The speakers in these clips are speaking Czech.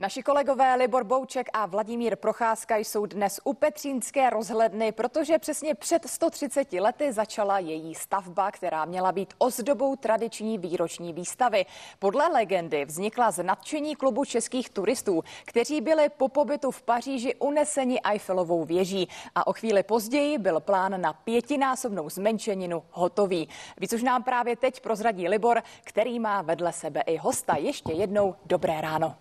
Naši kolegové Libor Bouček a Vladimír Procházka jsou dnes u Petřínské rozhledny, protože přesně před 130 lety začala její stavba, která měla být ozdobou tradiční výroční výstavy. Podle legendy vznikla z nadšení klubu českých turistů, kteří byli po pobytu v Paříži uneseni Eiffelovou věží a o chvíli později byl plán na 5násobnou zmenšeninu hotový. Víc už nám právě teď prozradí Libor, který má vedle sebe i hosta. Ještě jednou dobré ráno.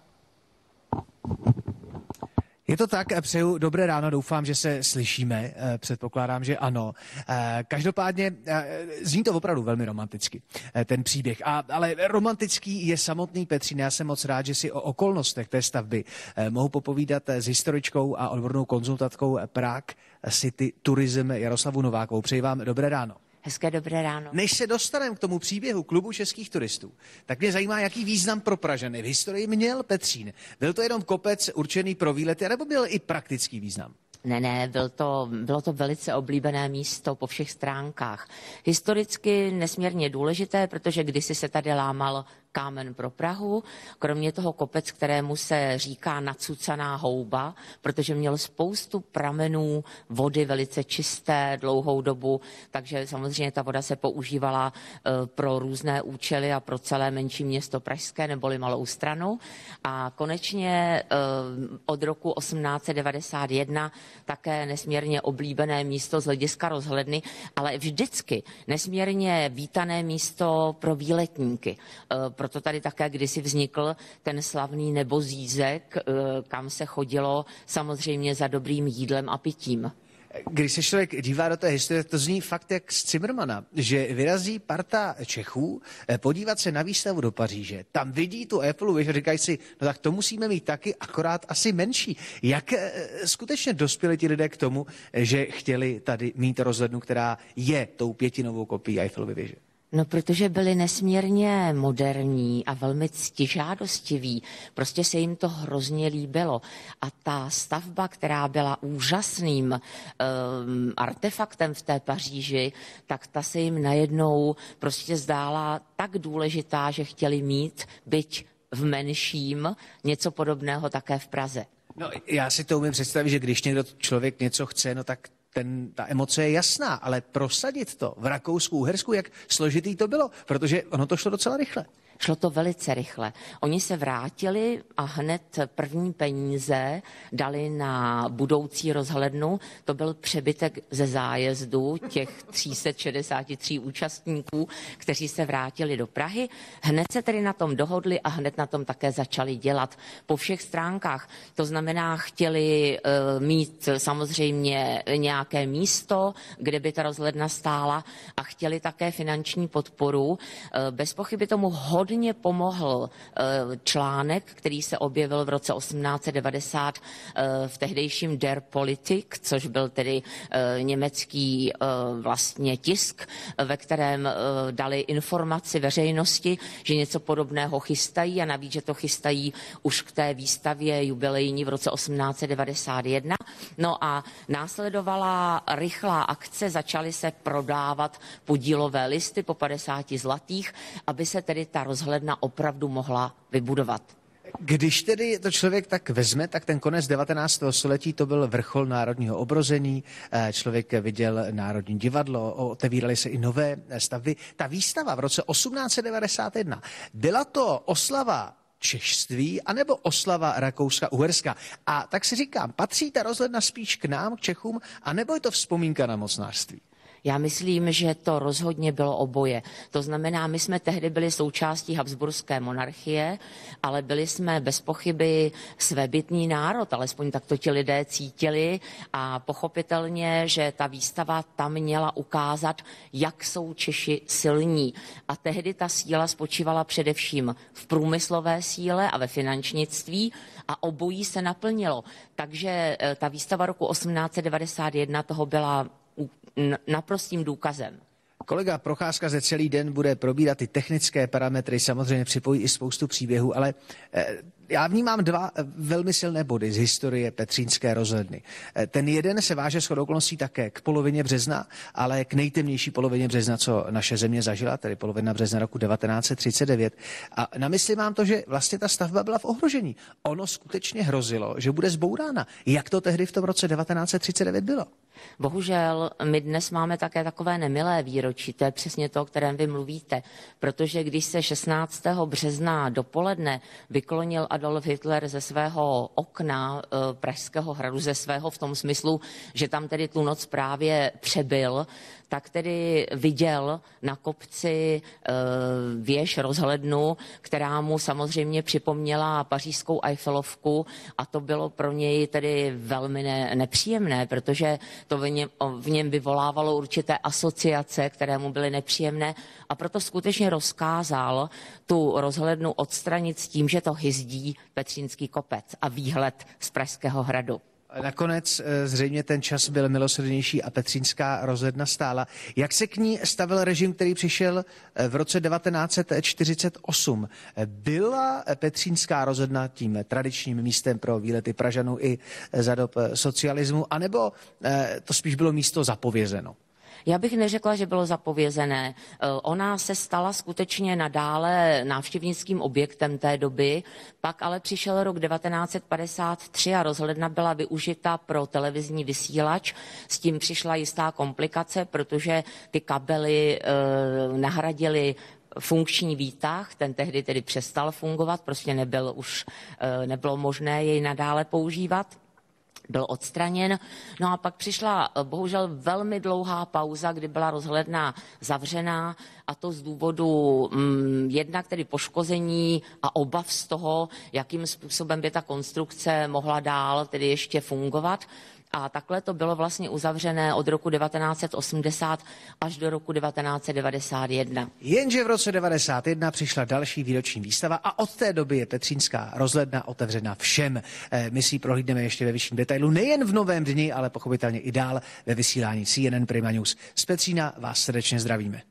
Je to tak, přeju dobré ráno, doufám, že se slyšíme, předpokládám, že ano. Každopádně zní to opravdu velmi romanticky, ten příběh, ale romantický je samotný Petřín. Já jsem moc rád, že si o okolnostech té stavby mohu popovídat s historičkou a odbornou konzultantkou Prague City Tourism Jaroslavou Novákovou. Přeji vám dobré ráno. Hezké dobré ráno. Než se dostaneme k tomu příběhu klubu českých turistů, tak mě zajímá, jaký význam pro Pražany v historii měl Petřín. Byl to jenom kopec určený pro výlety, nebo byl i praktický význam? Ne, bylo to velice oblíbené místo po všech stránkách. Historicky nesmírně důležité, protože kdysi se tady lámal kámen pro Prahu, kromě toho kopec, kterému se říká nacucaná houba, protože měl spoustu pramenů vody velice čisté dlouhou dobu, takže samozřejmě ta voda se používala pro různé účely a pro celé menší město pražské neboli Malou Stranu. A konečně od roku 1891 také nesmírně oblíbené místo z hlediska rozhledny, ale vždycky nesmírně vítané místo pro výletníky. Proto tady také kdysi vznikl ten slavný Nebozízek, kam se chodilo samozřejmě za dobrým jídlem a pitím. Když se člověk dívá do té historie, to zní fakt jak z Cimrmana, že vyrazí parta Čechů podívat se na výstavu do Paříže. Tam vidí tu Eiffelovu věž a říkají si, no tak to musíme mít taky, akorát asi menší. Jak skutečně dospěli ti lidé k tomu, že chtěli tady mít rozhlednu, která je tou 5novou kopií Eiffelovy věže? No, protože byli nesmírně moderní a velmi ctižádostiví. Prostě se jim to hrozně líbilo. A ta stavba, která byla úžasným artefaktem v té Paříži, tak ta se jim najednou prostě zdála tak důležitá, že chtěli mít, byť v menším, něco podobného také v Praze. No, já si to umím představit, že když někdo člověk něco chce, no tak ta emoce je jasná, ale prosadit to v Rakousku, Uhersku, jak složitý to bylo, protože ono to šlo docela rychle. Šlo to velice rychle. Oni se vrátili a hned první peníze dali na budoucí rozhlednu. To byl přebytek ze zájezdu těch 363 účastníků, kteří se vrátili do Prahy. Hned se tedy na tom dohodli a hned na tom také začali dělat po všech stránkách. To znamená, chtěli mít samozřejmě nějaké místo, kde by ta rozhledna stála a chtěli také finanční podporu. Bez pochyby tomu hodně pomohl článek, který se objevil v roce 1890 v tehdejším Der Politik, což byl tedy německý vlastně tisk, ve kterém dali informaci veřejnosti, že něco podobného chystají a navíc, že to chystají už k té výstavě jubilejní v roce 1891. No a následovala rychlá akce, začaly se prodávat podílové listy po 50 zlatých, aby se tedy ta rozhledna opravdu mohla vybudovat. Když tedy to člověk tak vezme, tak ten konec 19. století to byl vrchol národního obrození, člověk viděl Národní divadlo, otevíraly se i nové stavby. Ta výstava v roce 1891, byla to oslava češství anebo oslava Rakouska-Uherska? A tak si říkám, patří ta rozhledna spíš k nám, k Čechům, anebo je to vzpomínka na mocnářství? Já myslím, že to rozhodně bylo oboje. To znamená, my jsme tehdy byli součástí habsburské monarchie, ale byli jsme bez pochyby svébytný národ, alespoň tak to ti lidé cítili a pochopitelně, že ta výstava tam měla ukázat, jak jsou Češi silní. A tehdy ta síla spočívala především v průmyslové síle a ve finančnictví a obojí se naplnilo. Takže ta výstava roku 1891 toho byla naprostým důkazem. Kolega Procházka ze celý den bude probírat ty technické parametry, samozřejmě připojí i spoustu příběhů, ale Já vnímám dva velmi silné body z historie Petřínské rozhledny. Ten jeden se váže shodou okolností také k polovině března, ale k nejtemnější polovině března, co naše země zažila, tedy polovina března roku 1939. A na mysli mám to, že vlastně ta stavba byla v ohrožení. Ono skutečně hrozilo, že bude zbourána. Jak to tehdy v tom roce 1939 bylo? Bohužel my dnes máme také takové nemilé výročí, to je přesně to, o kterém vy mluvíte, protože když se 16. března dopoledne vyklonil Adolf Hitler ze svého okna Pražského hradu, ze svého v tom smyslu, že tam tedy tu noc právě přebyl, tak tedy viděl na kopci věž rozhlednu, která mu samozřejmě připomněla pařížskou Eiffelovku a to bylo pro něj tedy velmi nepříjemné, protože to v něm vyvolávalo určité asociace, které mu byly nepříjemné a proto skutečně rozkázal tu rozhlednu odstranit s tím, že to hyzdí Petřínský kopec a výhled z Pražského hradu. Nakonec zřejmě ten čas byl milosrdnější a Petřínská rozhledna stála. Jak se k ní stavil režim, který přišel v roce 1948? Byla Petřínská rozhledna tím tradičním místem pro výlety Pražanů i za dob socialismu, anebo to spíš bylo místo zapovězeno? Já bych neřekla, že bylo zapovězené. Ona se stala skutečně nadále návštěvnickým objektem té doby, pak ale přišel rok 1953 a rozhledna byla využita pro televizní vysílač. S tím přišla jistá komplikace, protože ty kabely nahradily funkční výtah, ten tehdy tedy přestal fungovat, prostě nebylo možné jej nadále používat. Byl odstraněn. No a pak přišla bohužel velmi dlouhá pauza, kdy byla rozhledna zavřená a to z důvodu jednak tedy poškození a obav z toho, jakým způsobem by ta konstrukce mohla dál tedy ještě fungovat. A takhle to bylo vlastně uzavřené od roku 1980 až do roku 1991. Jenže v roce 1991 přišla další výroční výstava a od té doby je Petřínská rozhledna otevřena všem. My si ji prohlídneme ještě ve vyšším detailu, nejen v Novém dni, ale pochopitelně i dál ve vysílání CNN Prima News. Z Petřína vás srdečně zdravíme.